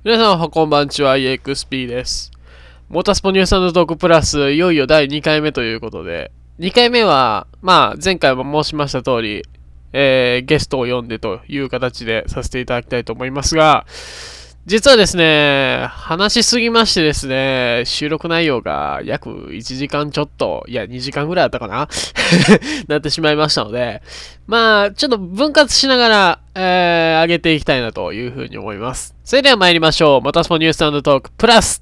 皆さんこんばんちは、EXP です。モータースポニュース&トークプラス、いよいよ第2回目ということで、2回目は、前回も申しました通り、ゲストを呼んでという形でさせていただきたいと思いますが、実はですね、話しすぎましてですね、収録内容が約1時間ちょっと、いや2時間ぐらいあったかななってしまいましたので、ちょっと分割しながら、上げていきたいなというふうに思います。それでは参りましょう。モータースポニュース&トークプラス。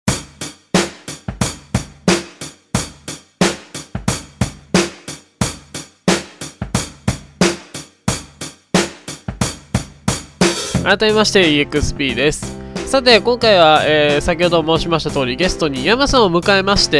改めまして EXP です。さて今回は、先ほど申しました通りゲストに山さんを迎えまして、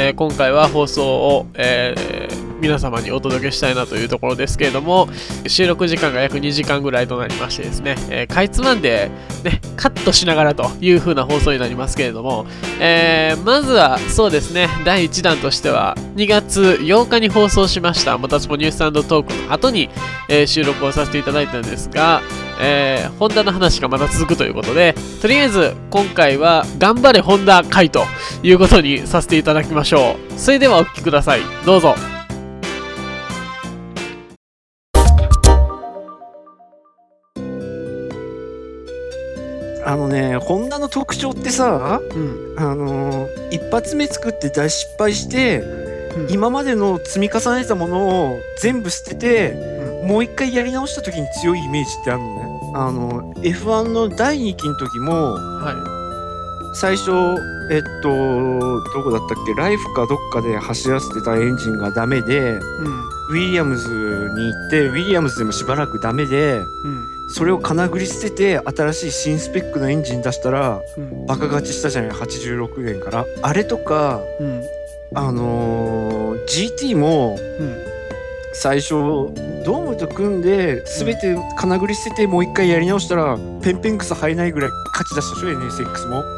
今回は放送を、皆様にお届けしたいなというところですけれども、収録時間が約2時間ぐらいとなりましてですね、かいつまんで、ね、カットしながらという風な放送になりますけれども、まずはそうですね、第1弾としては2月8日に放送しましたモタスポニュース&トークの後に、収録をさせていただいたんですが、ホンダの話がまた続くということで、とりあえず今回は頑張れホンダ回ということにさせていただきましょう。それではお聞きください。どうぞ。 ホンダの特徴ってさ、一発目作って大失敗して、今までの積み重ねたものを全部捨てて、もう一回やり直した時に強いイメージってあるのね。F1 の第2期の時も、最初どこだったっけ、ライフかどっかで走らせてたエンジンがダメで、ウィリアムズに行って、ウィリアムズでもしばらくダメで、それを金繰り捨てて新しい新スペックのエンジン出したら、バカ勝ちしたじゃない、86年から。あれとか、GT も、最初ドームと組んで全て金繰り捨ててもう一回やり直したらペンペン草生えないぐらい勝ち出したでしょ NSX も。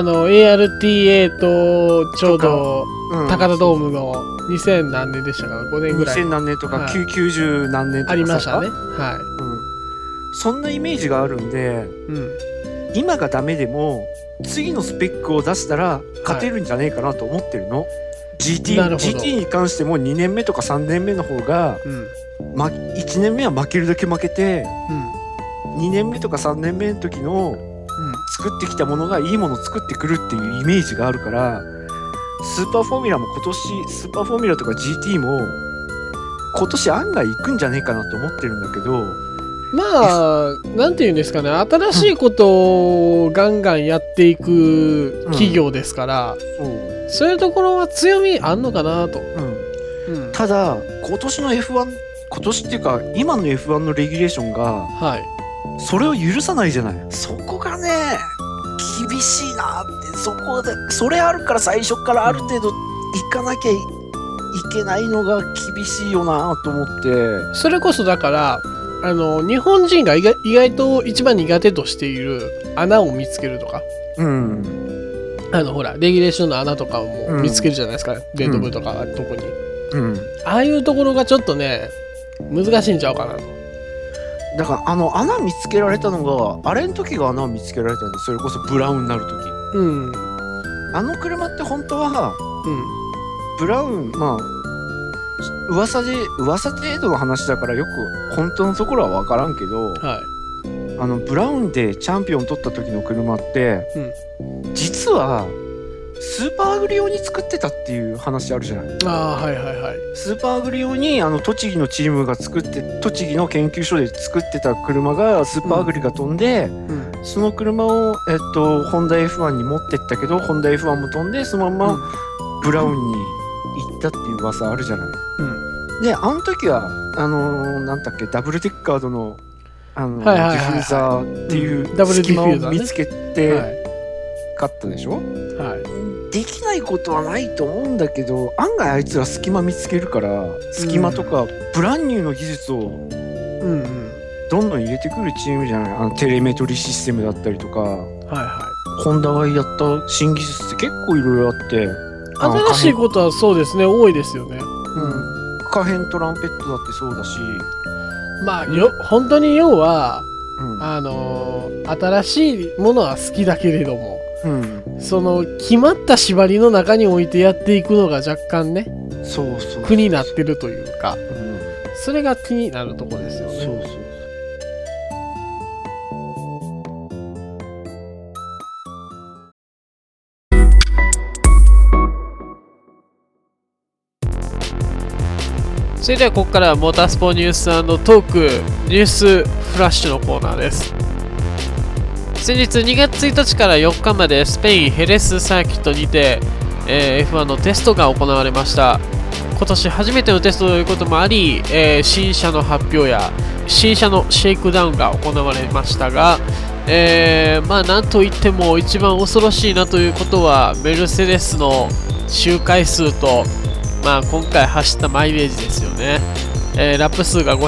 ARTA とちょうど高田ドームの2000何年でしたか、5年ぐらい、 2000何年とか、90何年とかありましたね。 そんなイメージがあるんで、今がダメでも次のスペックを出したら勝てるんじゃねえかなと思ってるの。GT に関しても2年目とか3年目の方が、1年目は負けるだけ負けて、2年目とか3年目の時の作ってきたものがいいものを作ってくるっていうイメージがあるから、スーパーフォーミュラも今年スーパーフォーミュラとか GT も今年案外いくんじゃねえかなと思ってるんだけど、 なんていうんですかね、新しいことをガンガンやっていく企業ですから、そういうところは強みあんのかなと。 ただ今年の F1、今年っていうか今の F1 のレギュレーションが、それを許さないじゃない。そこがね厳しいなって。そこでそれあるから最初からある程度いかなきゃいけないのが厳しいよなと思って。 それこそだから日本人が意外と一番苦手としている穴を見つけるとか、ほらレギュレーションの穴とかも見つけるじゃないですか、レッドブルとかは特に、ああいうところがちょっとね難しいんちゃうかなと。 だから穴見つけられたのがあれの時が穴を見つけられたんで、それこそブラウンになる時、あの車って本当は、ブラウン噂程度の話だからよく本当のところは分からんけど、ブラウンでチャンピオン取った時の車って、実はスーパーアグリ用に作ってたっていう話あるじゃない。スーパーアグリ用に栃木のチームが作って、栃木の研究所で作ってた車がスーパーアグリが飛んで、その車を、ホンダ F1 に持ってったけど、ホンダ F1 も飛んでそのままブラウンに行ったっていう噂あるじゃない。であの時はなんだっけ、ダブルデッカードのディフューザーっていう隙間を見つけて勝ったでしょ。できないことはないと思うんだけど、案外あいつら隙間見つけるから、隙間とかブランニューの技術をどんどん入れてくるチームじゃない。テレメトリシステムだったりとか、ホンダがやった新技術って結構いろいろあって、 新しいことはそうですね、多いですよね。 可変トランペットだってそうだし、 本当に要は新しいものは好きだけれども、その決まった縛りの中に置いてやっていくのが若干ね、苦になってるというか、それが気になるところですよね。それではここからはモータースポニュース&トークニュースフラッシュのコーナーです。先日2月1日から4日までスペインヘレスサーキットにて、F1 のテストが行われました。今年初めてのテストということもあり、新車の発表や新車のシェイクダウンが行われましたが、なんといっても一番恐ろしいなということはメルセデスの周回数と、今回走ったマイレージですよね。ラップ数が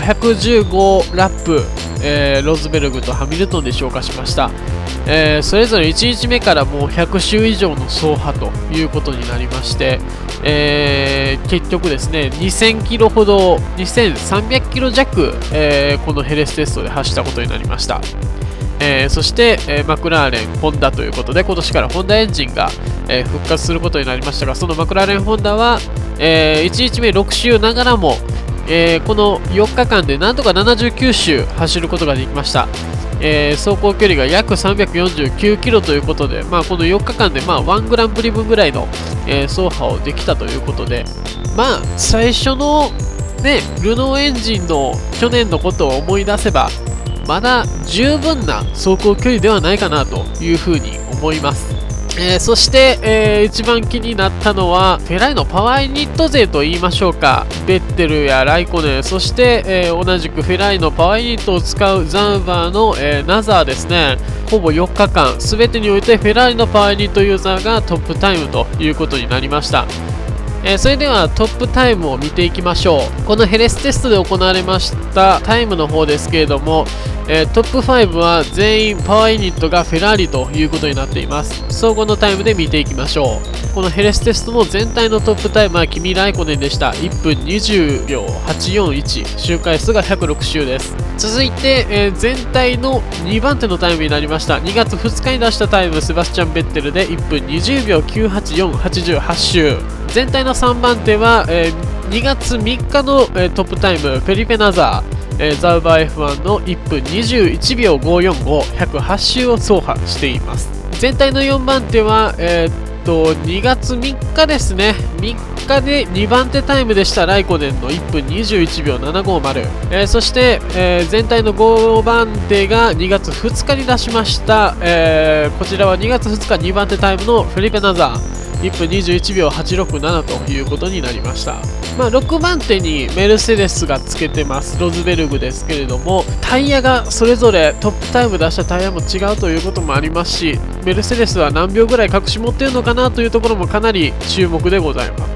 515ラップ、ロズベルグとハミルトンで消化しました。それぞれ1日目からもう100周以上の走破ということになりまして、結局ですね、2000キロほど、2300キロ弱、このヘレステストで走ったことになりました。そして、マクラーレン、ホンダということで、今年からホンダエンジンが、復活することになりましたが、そのマクラーレン、ホンダは、1日目6周ながらも、この4日間でなんとか79周走ることができました。走行距離が約349キロということで、この4日間で1グランプリ分ぐらいの、走破をできたということで、最初の、ルノーエンジンの去年のことを思い出せば、まだ十分な走行距離ではないかなというふうに思います。そして、一番気になったのはフェラーリのパワーユニット勢と言いましょうか。ベッテルやライコネン、そして、同じくフェラーリのパワーユニットを使うザンバーの、ナザーですね。ほぼ4日間全てにおいてフェラーリのパワーユニットユーザーがトップタイムということになりました。それではトップタイムを見ていきましょう。このヘレステストで行われましたタイムの方ですけれども、トップ5は全員パワーユニットがフェラーリということになっています。総合のタイムで見ていきましょう。このヘレステストの全体のトップタイムはキミ・ライコネンでした。1分20秒841、周回数が106周です。続いて、全体の2番手のタイムになりました。2月2日に出したタイム、セバスチャン・ベッテルで1分20秒984、88周。全体の3番手は、2月3日の、トップタイム、フェリペ・ナザー、ザウバー F1 の1分21秒545、108周を走破しています。全体の4番手は、2月3日ですね。3日で2番手タイムでしたライコネンの1分21秒750、そして、全体の5番手が2月2日に出しました、こちらは2月2日2番手タイムのフェリペ・ナザー1分21秒867ということになりました。6番手にメルセデスがつけてます。ロズベルグですけれども、タイヤがそれぞれトップタイム出したタイヤも違うということもありますし、メルセデスは何秒ぐらい隠し持っているのかなというところもかなり注目でございます。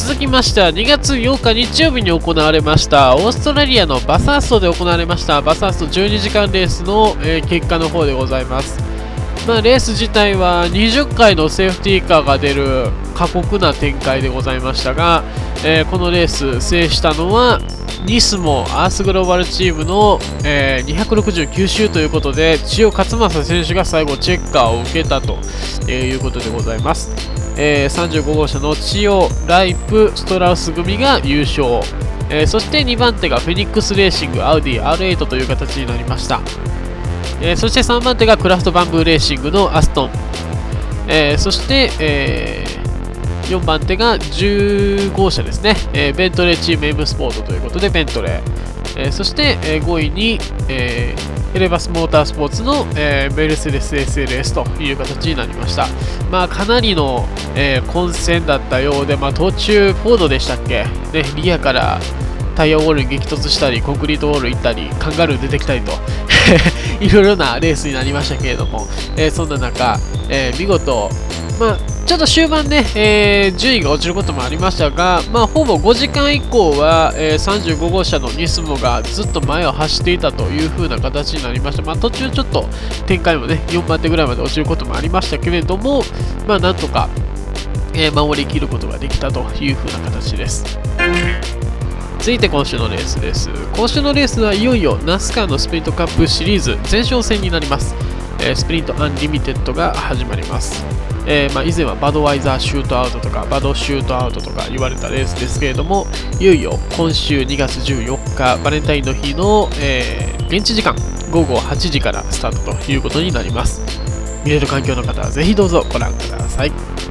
続きましては2月8日日曜日に行われましたオーストラリアのバサーストで行われましたバサースト12時間レースの、結果の方でございます。レース自体は20回のセーフティーカーが出る過酷な展開でございましたが、このレース制したのはニスモアースグローバルチームの、269周ということで、千代勝正選手が最後チェッカーを受けたと、いうことでございます。35号車の千代ライプストラウス組が優勝、そして2番手がフェニックスレーシングアウディ R8 という形になりました。そして3番手がクラフトバンブーレーシングのアストン、そして、4番手が10号車ですね、ベントレーチーム M スポートということでベントレー、そして、5位に、エレバスモータースポーツの、メルセデス SLS という形になりました。かなりの、混戦だったようで、途中フォードでしたっけ、リアからタイヤウォールに激突したり、コンクリートウォール行ったり、カンガルー出てきたりといろいろなレースになりましたけれども、そんな中、見事、ちょっと終盤ね、順位が落ちることもありましたが、ほぼ5時間以降は、35号車のニスモがずっと前を走っていたという風な形になりました。途中ちょっと展開もね、4番手ぐらいまで落ちることもありましたけれども、なんとか、守りきることができたという風な形です。 続いて今週のレースです。今週のレースはいよいよナスカーのスプリントカップシリーズ前哨戦になります。スプリントアンリミテッドが始まります。以前はバドワイザーシュートアウトとかバドシュートアウトとか言われたレースですけれども、いよいよ今週2月14日バレンタインの日の、現地時間午後8時からスタートということになります。見れる環境の方はぜひどうぞご覧ください。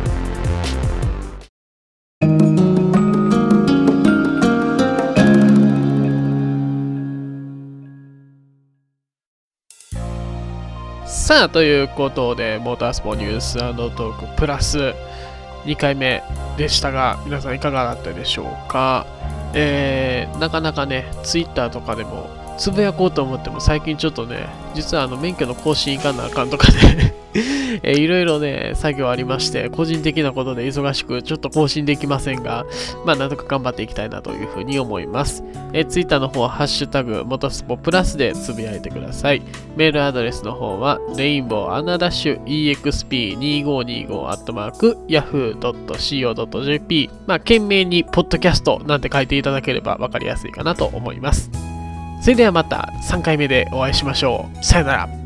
さあ、ということで、モータースポニュース&トークプラス2回目でしたが、皆さんいかがだったでしょうか。なかなかね、ツイッターとかでもつぶやこうと思っても最近ちょっとね、実は免許の更新行かなあかんとかねいろいろね、作業ありまして、個人的なことで忙しくちょっと更新できませんが、なんとか頑張っていきたいなというふうに思います。ツイッターの方はハッシュタグモトスポプラスでつぶやいてください。メールアドレスの方はrainbow_exp2525@yahoo.co.jp 懸命にポッドキャストなんて書いていただければ分かりやすいかなと思います。それではまた3回目でお会いしましょう。さよなら。